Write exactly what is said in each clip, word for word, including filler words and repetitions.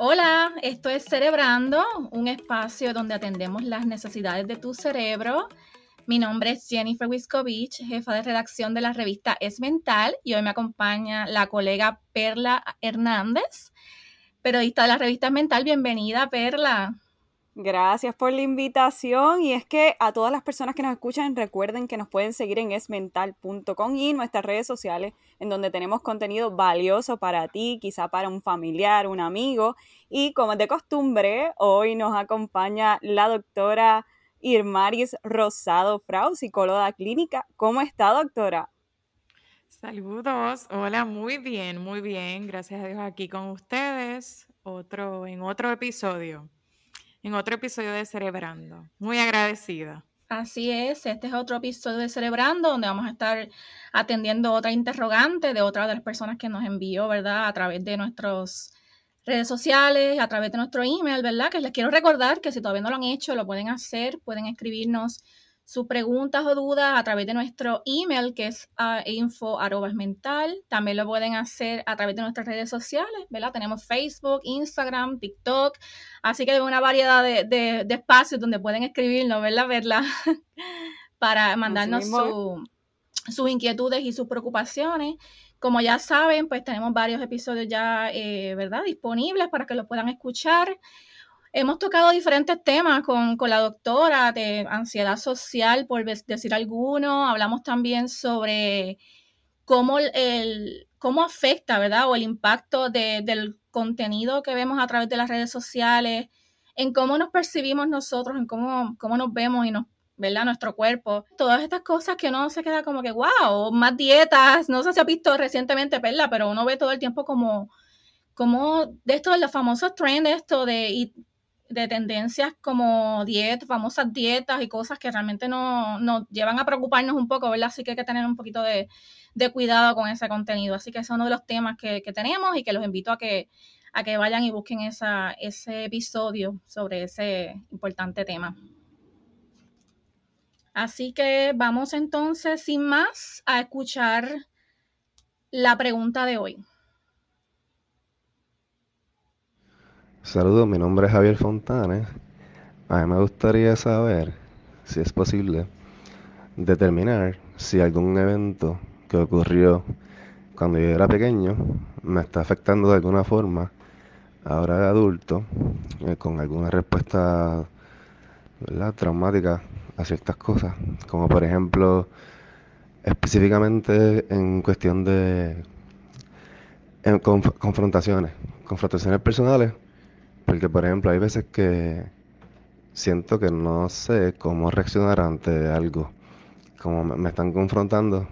Hola, esto es Cerebrando, un espacio donde atendemos las necesidades de tu cerebro. Mi nombre es Jennifer Wiskovich, jefa de redacción de la revista Es Mental, y hoy me acompaña la colega Perla Hernández, periodista de la revista Es Mental. Bienvenida, Perla. Gracias por la invitación, y es que a todas las personas que nos escuchan recuerden que nos pueden seguir en es mental punto com y nuestras redes sociales, en donde tenemos contenido valioso para ti, quizá para un familiar, un amigo. Y como es de costumbre, hoy nos acompaña la doctora Irmaris Rosado Frau, psicóloga clínica. ¿Cómo está, doctora? Saludos, hola, muy bien, muy bien, gracias a Dios aquí con ustedes, otro, en otro episodio, en otro episodio de Cerebrando, muy agradecida. Así es, este es otro episodio de Cerebrando, donde vamos a estar atendiendo otra interrogante de otra de las personas que nos envió, ¿verdad? A través de nuestras redes sociales, a través de nuestro email, ¿verdad? Que les quiero recordar que si todavía no lo han hecho, lo pueden hacer, pueden escribirnos sus preguntas o dudas a través de nuestro email, que es uh, info arroba es mental. También lo pueden hacer a través de nuestras redes sociales, ¿verdad? Tenemos Facebook, Instagram, TikTok, así que hay una variedad de, de, de espacios donde pueden escribirnos, ¿verdad? Verla para Así mandarnos mismo es. su, sus inquietudes y sus preocupaciones. Como ya saben, pues tenemos varios episodios ya, eh, ¿verdad? Disponibles para que lo puedan escuchar. Hemos tocado diferentes temas con, con la doctora de ansiedad social, por decir alguno. Hablamos también sobre cómo, el, cómo afecta, ¿verdad? O el impacto de, del contenido que vemos a través de las redes sociales, en cómo nos percibimos nosotros, en cómo, cómo nos vemos y nos, ¿verdad? Nuestro cuerpo. Todas estas cosas que uno se queda como que, wow, más dietas. No sé si ha visto recientemente, Perla, pero uno ve todo el tiempo como, como de estos, los famosos trends, esto de, de tendencias como dietas, famosas dietas y cosas que realmente no, nos llevan a preocuparnos un poco, ¿verdad? Así que hay que tener un poquito de, de cuidado con ese contenido. Así que ese es uno de los temas que, que tenemos y que los invito a que, a que vayan y busquen esa, ese episodio sobre ese importante tema. Así que vamos entonces, sin más, a escuchar la pregunta de hoy. Saludos, mi nombre es Javier Fontanes. A mí me gustaría saber, si es posible, determinar si algún evento que ocurrió cuando yo era pequeño me está afectando de alguna forma ahora de adulto, eh, con alguna respuesta, ¿verdad?, traumática a ciertas cosas, como por ejemplo, específicamente en cuestión de en conf- confrontaciones, confrontaciones personales, porque por ejemplo hay veces que siento que no sé cómo reaccionar ante algo, como me, me están confrontando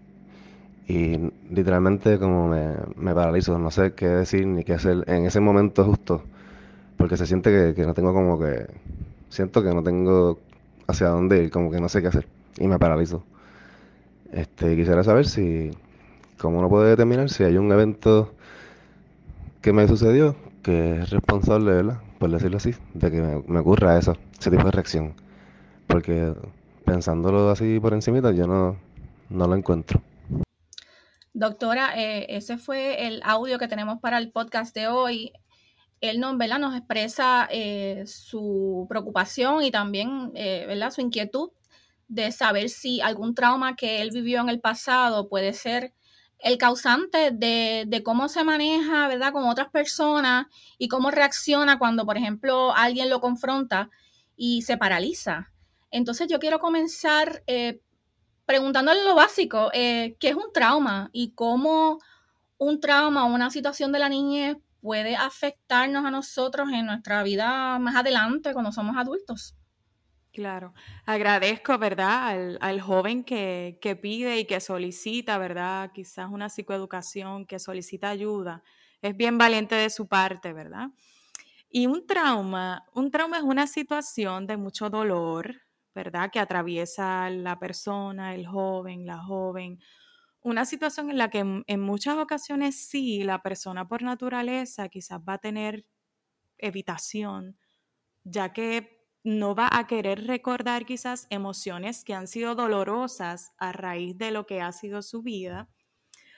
y literalmente como me, me paralizo, no sé qué decir ni qué hacer en ese momento justo, porque se siente que, que no tengo como que, siento que no tengo hacia dónde ir, como que no sé qué hacer y me paralizo. Este, quisiera saber si, cómo uno puede determinar si hay un evento que me sucedió que es responsable, ¿verdad?, por decirlo así, de que me, me ocurra eso, ese tipo de reacción. Porque pensándolo así por encimita, yo no, no lo encuentro. Doctora, eh, ese fue el audio que tenemos para el podcast de hoy. Él nos, ¿verdad? Nos expresa eh, su preocupación y también eh, ¿verdad? Su inquietud de saber si algún trauma que él vivió en el pasado puede ser el causante de, de cómo se maneja, ¿verdad?, con otras personas y cómo reacciona cuando, por ejemplo, alguien lo confronta y se paraliza. Entonces yo quiero comenzar eh, preguntándole lo básico, eh, ¿qué es un trauma y cómo un trauma o una situación de la niñez puede afectarnos a nosotros en nuestra vida más adelante cuando somos adultos? Claro, agradezco, ¿verdad?, al, al joven que, que pide y que solicita, ¿verdad?, quizás una psicoeducación, que solicita ayuda. Es bien valiente de su parte, ¿verdad? Y un trauma, un trauma es una situación de mucho dolor, ¿verdad?, que atraviesa la persona, el joven, la joven. Una situación en la que en, en muchas ocasiones sí, la persona por naturaleza quizás va a tener evitación, ya que no va a querer recordar quizás emociones que han sido dolorosas a raíz de lo que ha sido su vida.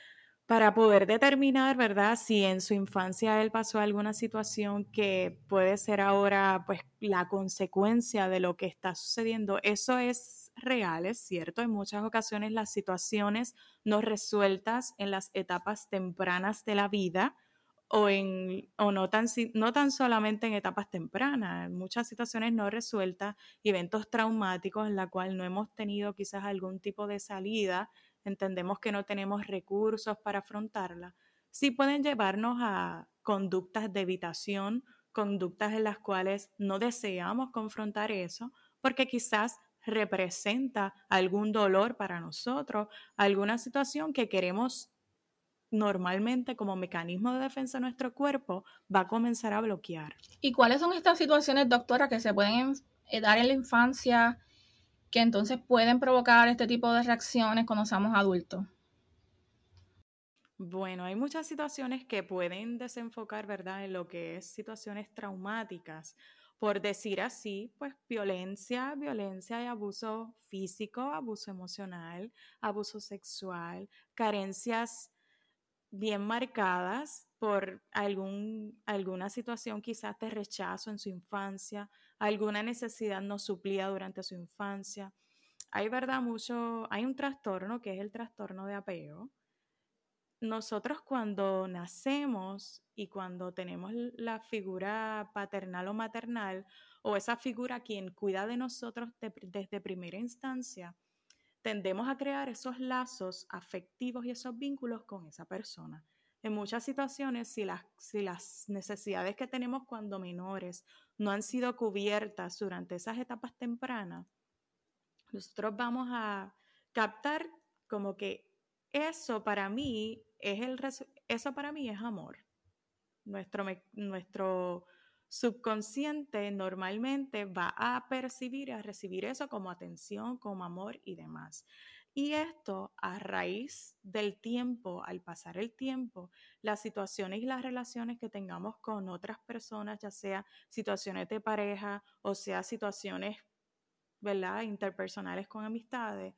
para poder determinar, ¿verdad?, si en su infancia él pasó alguna situación que puede ser ahora, pues, la consecuencia de lo que está sucediendo. Eso es real, es cierto. En muchas ocasiones las situaciones no resueltas en las etapas tempranas de la vida o, en, o no, tan, no tan solamente en etapas tempranas, muchas situaciones no resueltas, eventos traumáticos en la cual no hemos tenido quizás algún tipo de salida, entendemos que no tenemos recursos para afrontarla, sí pueden llevarnos a conductas de evitación, conductas en las cuales no deseamos confrontar eso, porque quizás representa algún dolor para nosotros, alguna situación que queremos normalmente como mecanismo de defensa de nuestro cuerpo va a comenzar a bloquear. ¿Y cuáles son estas situaciones, doctora, que se pueden dar en la infancia que entonces pueden provocar este tipo de reacciones cuando somos adultos? Bueno, hay muchas situaciones que pueden desenfocar, ¿verdad?, en lo que es situaciones traumáticas. Por decir así, pues violencia, violencia y abuso físico, abuso emocional, abuso sexual, carencias bien marcadas por algún, alguna situación quizás de rechazo en su infancia, alguna necesidad no suplida durante su infancia. Hay, ¿verdad?, mucho, hay un trastorno que es el trastorno de apego. Nosotros cuando nacemos y cuando tenemos la figura paternal o maternal o esa figura quien cuida de nosotros de, desde primera instancia, tendemos a crear esos lazos afectivos y esos vínculos con esa persona. En muchas situaciones, si las, si las necesidades que tenemos cuando menores no han sido cubiertas durante esas etapas tempranas, nosotros vamos a captar como que eso para mí es el eso para mí es amor. Nuestro, nuestro subconsciente normalmente va a percibir y a recibir eso como atención, como amor y demás. Y esto a raíz del tiempo, al pasar el tiempo, las situaciones y las relaciones que tengamos con otras personas, ya sea situaciones de pareja o sea situaciones, ¿verdad?, interpersonales con amistades,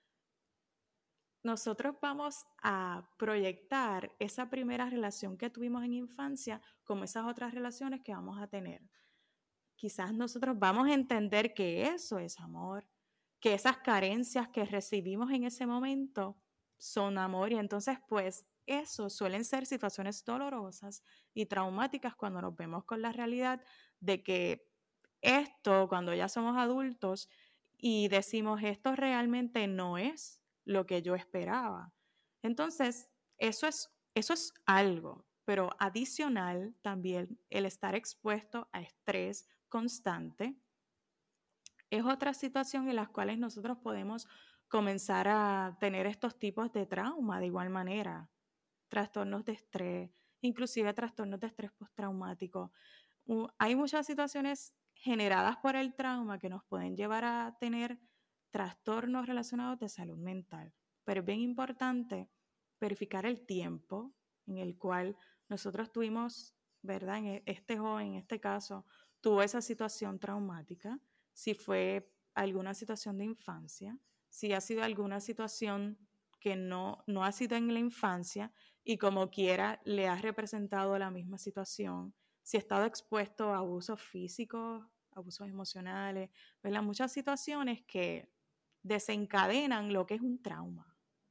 nosotros vamos a proyectar esa primera relación que tuvimos en infancia como esas otras relaciones que vamos a tener. Quizás nosotros vamos a entender que eso es amor, que esas carencias que recibimos en ese momento son amor y entonces pues eso suelen ser situaciones dolorosas y traumáticas cuando nos vemos con la realidad de que esto, cuando ya somos adultos y decimos esto realmente no es lo que yo esperaba. Entonces, eso es, eso es algo, pero adicional también el estar expuesto a estrés constante es otra situación en las cuales nosotros podemos comenzar a tener estos tipos de trauma de igual manera, trastornos de estrés, inclusive trastornos de estrés postraumático. Uh, hay muchas situaciones generadas por el trauma que nos pueden llevar a tener trastornos relacionados de salud mental, pero es bien importante verificar el tiempo en el cual nosotros tuvimos, ¿verdad?, en este joven, en este caso, tuvo esa situación traumática, si fue alguna situación de infancia, si ha sido alguna situación que no, no ha sido en la infancia y como quiera le ha representado la misma situación, si ha estado expuesto a abusos físicos, abusos emocionales, ¿verdad?, muchas situaciones que desencadenan lo que es un trauma.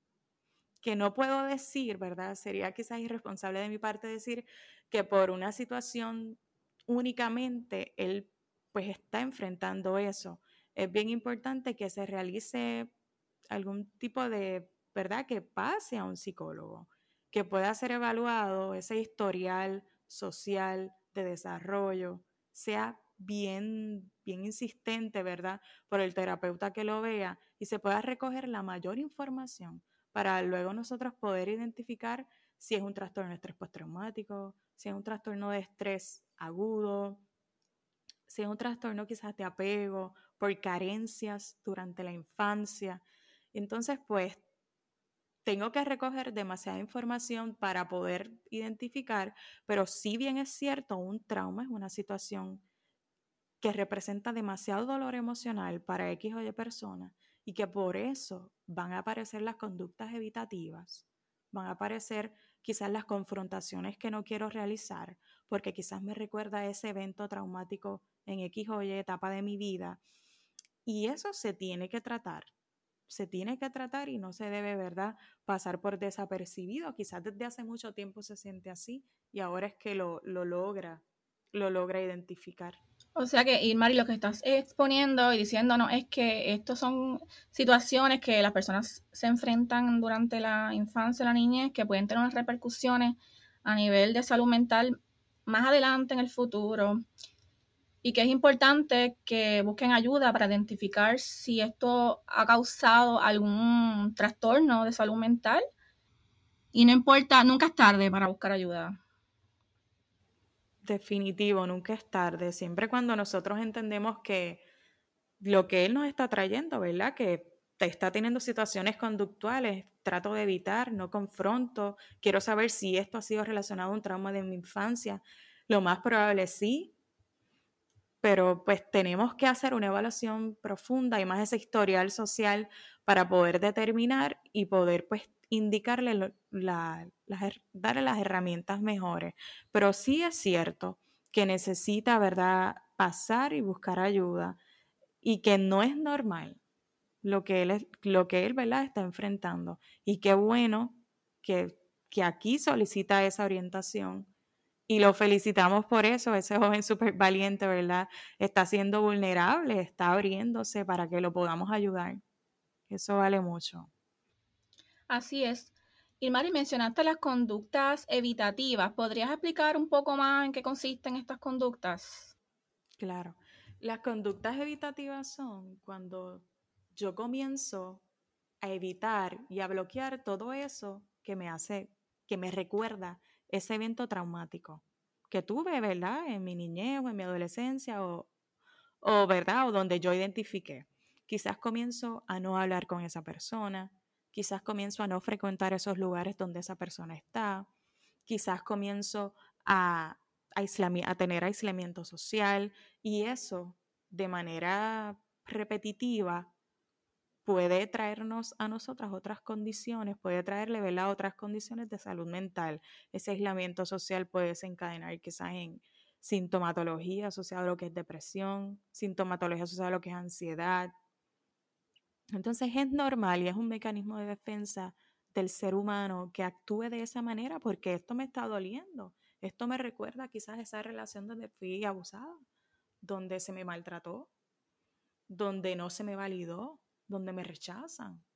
Que no puedo decir, ¿verdad? Sería quizás irresponsable de mi parte decir que por una situación únicamente él pues está enfrentando eso. Es bien importante que se realice algún tipo de, ¿verdad?, que pase a un psicólogo, que pueda ser evaluado ese historial social de desarrollo, sea bien, bien insistente, ¿verdad?, por el terapeuta que lo vea y se pueda recoger la mayor información para luego nosotros poder identificar si es un trastorno de estrés postraumático, si es un trastorno de estrés agudo, si es un trastorno quizás de apego por carencias durante la infancia. Entonces, pues, tengo que recoger demasiada información para poder identificar, pero si bien es cierto, un trauma es una situación que representa demasiado dolor emocional para X o Y personas y que por eso van a aparecer las conductas evitativas, van a aparecer quizás las confrontaciones que no quiero realizar, porque quizás me recuerda ese evento traumático en X o Y etapa de mi vida. Y eso se tiene que tratar, se tiene que tratar y no se debe, ¿verdad?, pasar por desapercibido. Quizás desde hace mucho tiempo se siente así y ahora es que lo, lo logra, lo logra identificar. O sea que, Irmari, lo que estás exponiendo y diciéndonos es que estas son situaciones que las personas se enfrentan durante la infancia, la niñez, que pueden tener unas repercusiones a nivel de salud mental más adelante en el futuro, y que es importante que busquen ayuda para identificar si esto ha causado algún trastorno de salud mental, y no importa, nunca es tarde para buscar ayuda. Definitivo, nunca es tarde. Siempre cuando nosotros entendemos que lo que él nos está trayendo, ¿verdad?, que te está teniendo situaciones conductuales, trato de evitar, no confronto, quiero saber si esto ha sido relacionado a un trauma de mi infancia. Lo más probable sí, pero pues tenemos que hacer una evaluación profunda y más ese historial social para poder determinar y poder pues indicarle lo, la, las, darle las herramientas mejores. Pero sí es cierto que necesita, ¿verdad?, pasar y buscar ayuda y que no es normal lo que él, es, lo que él, ¿verdad?, está enfrentando. Y qué bueno que, que aquí solicita esa orientación. Y lo felicitamos por eso, ese joven súper valiente, ¿verdad? Está siendo vulnerable, está abriéndose para que lo podamos ayudar. Eso vale mucho. Así es. Irmari, mencionaste las conductas evitativas. ¿Podrías explicar un poco más en qué consisten estas conductas? Claro. Las conductas evitativas son cuando yo comienzo a evitar y a bloquear todo eso que me hace, que me recuerda ese evento traumático que tuve, ¿verdad?, en mi niñez o en mi adolescencia o, o, ¿verdad?, o donde yo identifiqué. Quizás comienzo a no hablar con esa persona, quizás comienzo a no frecuentar esos lugares donde esa persona está, quizás comienzo a, aislami- a tener aislamiento social y eso de manera repetitiva puede traernos a nosotras otras condiciones, puede traerle, ¿verdad?, otras condiciones de salud mental. Ese aislamiento social puede desencadenar quizás en sintomatología asociada a lo que es depresión, sintomatología asociada a lo que es ansiedad. Entonces es normal y es un mecanismo de defensa del ser humano que actúe de esa manera porque esto me está doliendo. Esto me recuerda quizás esa relación donde fui abusada, donde se me maltrató, donde no se me validó, donde me rechazan.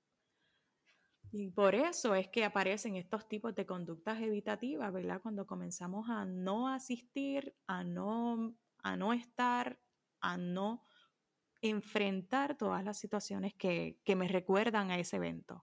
Y por eso es que aparecen estos tipos de conductas evitativas, ¿verdad? Cuando comenzamos a no asistir, a no, a no estar, a no enfrentar todas las situaciones que, que me recuerdan a ese evento.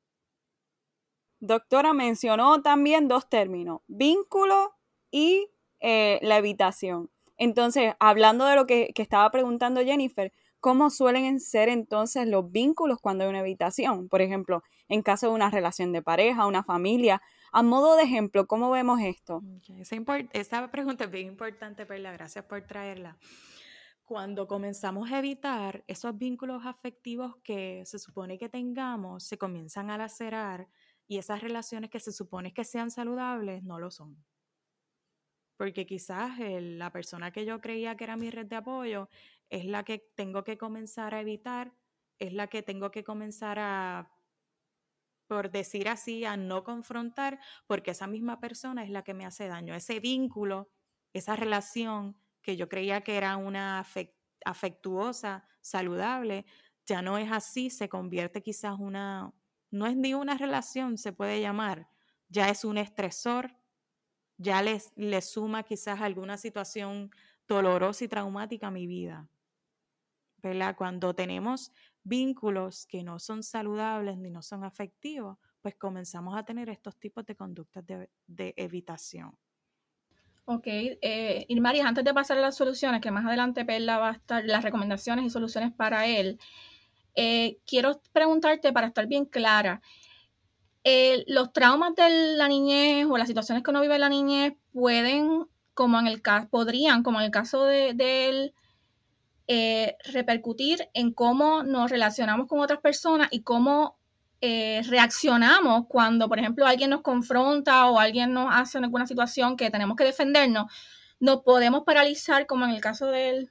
Doctora, mencionó también dos términos, vínculo y eh, la evitación. Entonces, hablando de lo que, que estaba preguntando Jennifer, ¿cómo suelen ser entonces los vínculos cuando hay una evitación? Por ejemplo, en caso de una relación de pareja, una familia. A modo de ejemplo, ¿cómo vemos esto? Okay. Esa, import- esa pregunta es bien importante, Perla. Gracias por traerla. Cuando comenzamos a evitar esos vínculos afectivos que se supone que tengamos, se comienzan a lacerar y esas relaciones que se supone que sean saludables no lo son. Porque quizás el, la persona que yo creía que era mi red de apoyo es la que tengo que comenzar a evitar, es la que tengo que comenzar a, por decir así, a no confrontar, porque esa misma persona es la que me hace daño. Ese vínculo, esa relación que yo creía que era una afect, afectuosa, saludable, ya no es así, se convierte quizás una, no es ni una relación, se puede llamar, ya es un estresor, ya les, les suma quizás alguna situación dolorosa y traumática a mi vida, ¿verdad? Cuando tenemos vínculos que no son saludables ni no son afectivos, pues comenzamos a tener estos tipos de conductas de, de evitación. Ok, eh, Irmari, antes de pasar a las soluciones, que más adelante Perla va a estar, las recomendaciones y soluciones para él, eh, quiero preguntarte para estar bien clara, eh, los traumas de la niñez o las situaciones que uno vive en la niñez pueden, como en el caso, podrían, como en el caso de, de él, eh, repercutir en cómo nos relacionamos con otras personas y cómo eh, reaccionamos cuando, por ejemplo, alguien nos confronta o alguien nos hace en alguna situación que tenemos que defendernos, nos podemos paralizar, como en el caso de él.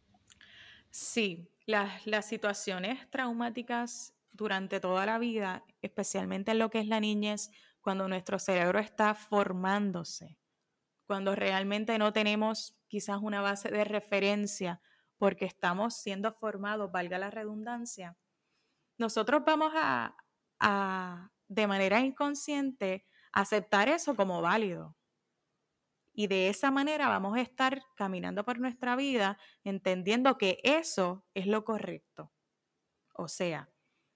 Sí, las, las situaciones traumáticas durante toda la vida, especialmente en lo que es la niñez, cuando nuestro cerebro está formándose, cuando realmente no tenemos quizás una base de referencia porque estamos siendo formados, valga la redundancia, nosotros vamos a, a de manera inconsciente, aceptar eso como válido. Y de esa manera vamos a estar caminando por nuestra vida entendiendo que eso es lo correcto. O sea,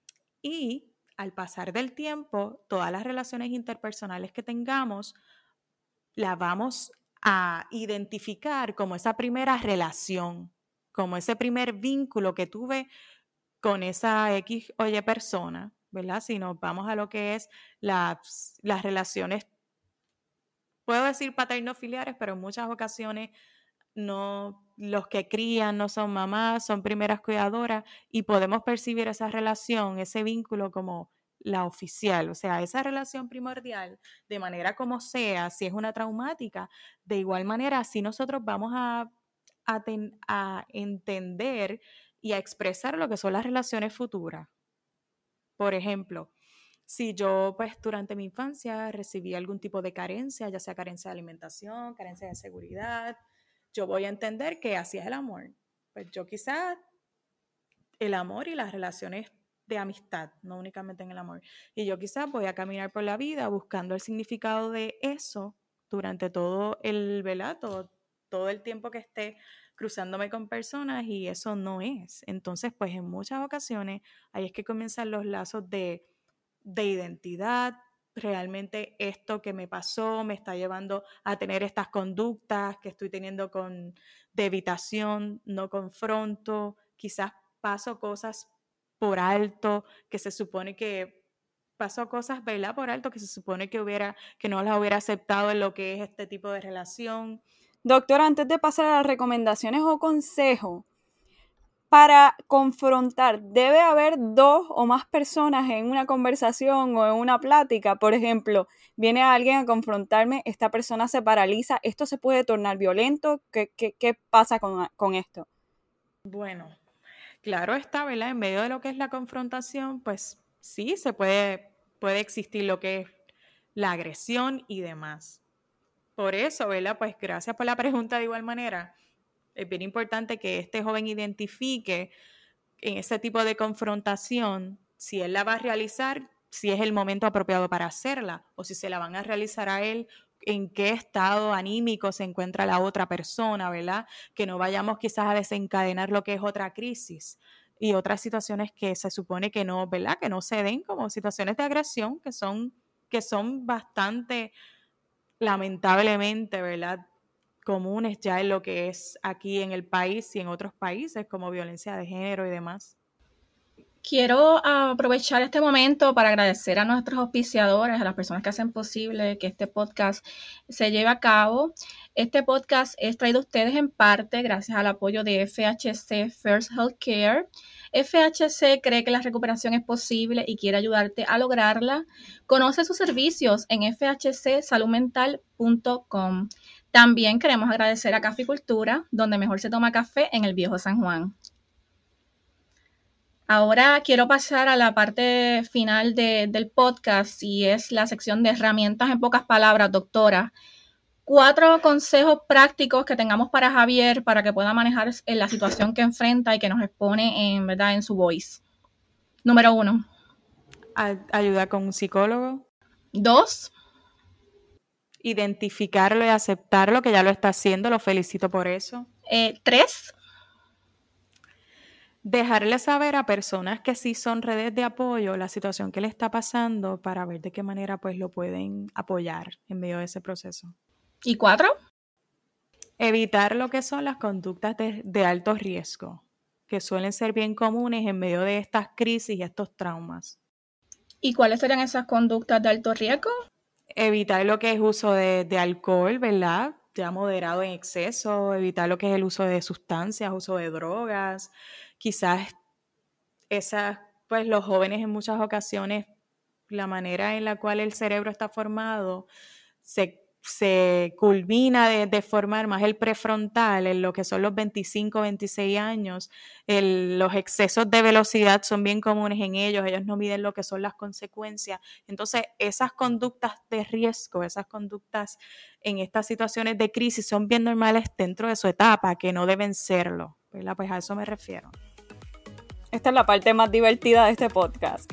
y al pasar del tiempo, todas las relaciones interpersonales que tengamos, las vamos a identificar como esa primera relación, como ese primer vínculo que tuve con esa X o Y persona, ¿verdad? Si nos vamos a lo que es las, las relaciones, puedo decir paterno-filiares, pero en muchas ocasiones no, los que crían no son mamás, son primeras cuidadoras y podemos percibir esa relación, ese vínculo como la oficial, o sea, esa relación primordial, de manera como sea, si es una traumática, de igual manera, si nosotros vamos a, a, ten, a entender y a expresar lo que son las relaciones futuras. Por ejemplo, si yo pues durante mi infancia recibí algún tipo de carencia, ya sea carencia de alimentación, carencia de seguridad, yo voy a entender que así es el amor. Pues yo quizás el amor y las relaciones de amistad, no únicamente en el amor. Y yo quizás voy a caminar por la vida buscando el significado de eso durante todo el velato, todo el tiempo que esté cruzándome con personas y eso no es. Entonces, pues en muchas ocasiones ahí es que comienzan los lazos de, de identidad. Realmente esto que me pasó me está llevando a tener estas conductas que estoy teniendo con, de evitación, no confronto, quizás paso cosas por alto que se supone que paso cosas, ¿verdad? Por alto que se supone que hubiera, que no las hubiera aceptado en lo que es este tipo de relación. Doctora, antes de pasar a las recomendaciones o consejos, para confrontar, debe haber dos o más personas en una conversación o en una plática. Por ejemplo, viene alguien a confrontarme, esta persona se paraliza, ¿esto se puede tornar violento? ¿Qué, qué, qué pasa con, con esto? Bueno, claro está, ¿verdad? En medio de lo que es la confrontación, pues sí, se puede, puede existir lo que es la agresión y demás. Por eso, ¿verdad? Pues gracias por la pregunta de igual manera. Es bien importante que este joven identifique en ese tipo de confrontación si él la va a realizar, si es el momento apropiado para hacerla o si se la van a realizar a él, en qué estado anímico se encuentra la otra persona, ¿verdad? Que no vayamos quizás a desencadenar lo que es otra crisis y otras situaciones que se supone que no, ¿verdad? Que no se den como situaciones de agresión que son, que son bastante, lamentablemente, ¿verdad? Comunes ya en lo que es aquí en el país y en otros países como violencia de género y demás. Quiero aprovechar este momento para agradecer a nuestros auspiciadores, a las personas que hacen posible que este podcast se lleve a cabo. Este podcast es traído a ustedes en parte gracias al apoyo de F H C First Healthcare. F H C cree que la recuperación es posible y quiere ayudarte a lograrla. Conoce sus servicios en f h c salud mental punto com. También queremos agradecer a Caficultura, donde mejor se toma café en el Viejo San Juan. Ahora quiero pasar a la parte final de, del podcast y es la sección de herramientas en pocas palabras, doctora. Cuatro consejos prácticos que tengamos para Javier para que pueda manejar en la situación que enfrenta y que nos expone en, ¿verdad? En su voice. Número uno. Ayuda con un psicólogo. Dos. Identificarlo y aceptarlo, que ya lo está haciendo, lo felicito por eso. Eh, tres. Dejarle saber a personas que sí son redes de apoyo la situación que le está pasando para ver de qué manera pues lo pueden apoyar en medio de ese proceso. ¿Y cuatro? Evitar lo que son las conductas de, de alto riesgo, que suelen ser bien comunes en medio de estas crisis y estos traumas. ¿Y cuáles serían esas conductas de alto riesgo? Evitar lo que es uso de, de alcohol, ¿verdad? Ya moderado en exceso, evitar lo que es el uso de sustancias, uso de drogas. Quizás esas, pues los jóvenes en muchas ocasiones la manera en la cual el cerebro está formado se, se culmina de, de formar más el prefrontal en lo que son los veinticinco, veintiséis años. El, los excesos de velocidad son bien comunes en ellos, ellos no miden lo que son las consecuencias. Entonces, esas conductas de riesgo, esas conductas en estas situaciones de crisis son bien normales dentro de su etapa, que no deben serlo, ¿verdad? Pues a eso me refiero. Esta es la parte más divertida de este podcast.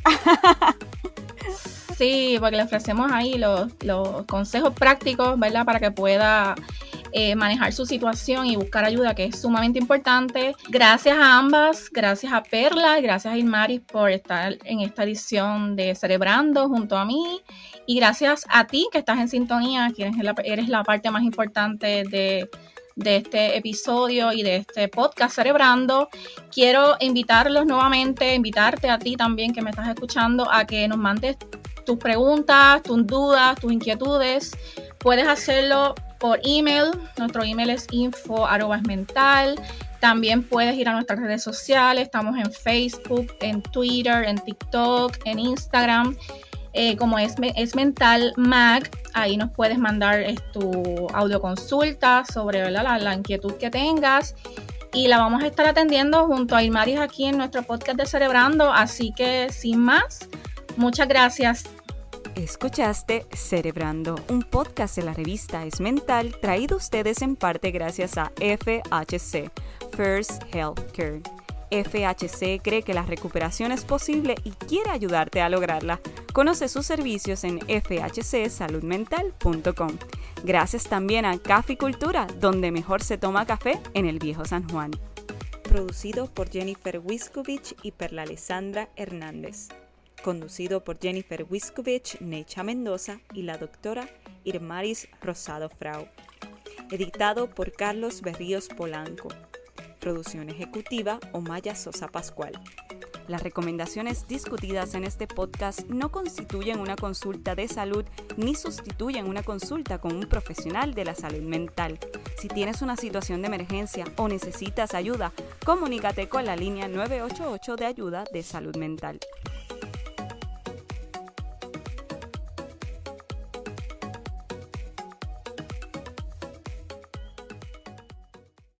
Sí, porque le ofrecemos ahí los, los consejos prácticos, ¿verdad? Para que pueda eh, manejar su situación y buscar ayuda, que es sumamente importante. Gracias a ambas, gracias a Perla y gracias a Ilmaris por estar en esta edición de Cerebrando junto a mí. Y gracias a ti que estás en sintonía, que eres la, eres la parte más importante de... de este episodio y de este podcast Cerebrando. Quiero invitarlos nuevamente, invitarte a ti también que me estás escuchando, a que nos mandes tus preguntas, tus dudas, tus inquietudes. Puedes hacerlo por email. Nuestro email es info arroba esmental. También puedes ir a nuestras redes sociales. Estamos en Facebook, en Twitter, en TikTok, en Instagram. Eh, como es, es Mental Mag, ahí nos puedes mandar es, tu audioconsulta sobre, ¿verdad? La, la inquietud que tengas y la vamos a estar atendiendo junto a Ilmaris aquí en nuestro podcast de Cerebrando, así que sin más, muchas gracias. Escuchaste Cerebrando, un podcast de la revista Es Mental, traído a ustedes en parte gracias a F H C, First Healthcare. F H C cree que la recuperación es posible y quiere ayudarte a lograrla. Conoce sus servicios en f h c salud mental punto com. Gracias también a Caficultura, donde mejor se toma café en el Viejo San Juan. Producido por Jennifer Wiskovich y Perla Alessandra Hernández. Conducido por Jennifer Wiskovich, Necha Mendoza y la doctora Ilmaris Rosado Frau. Editado por Carlos Berríos Polanco. Producción ejecutiva Omaya Sosa Pascual. Las recomendaciones discutidas en este podcast no constituyen una consulta de salud ni sustituyen una consulta con un profesional de la salud mental. Si tienes una situación de emergencia o necesitas ayuda, comunícate con la línea nueve ocho ocho de ayuda de salud mental.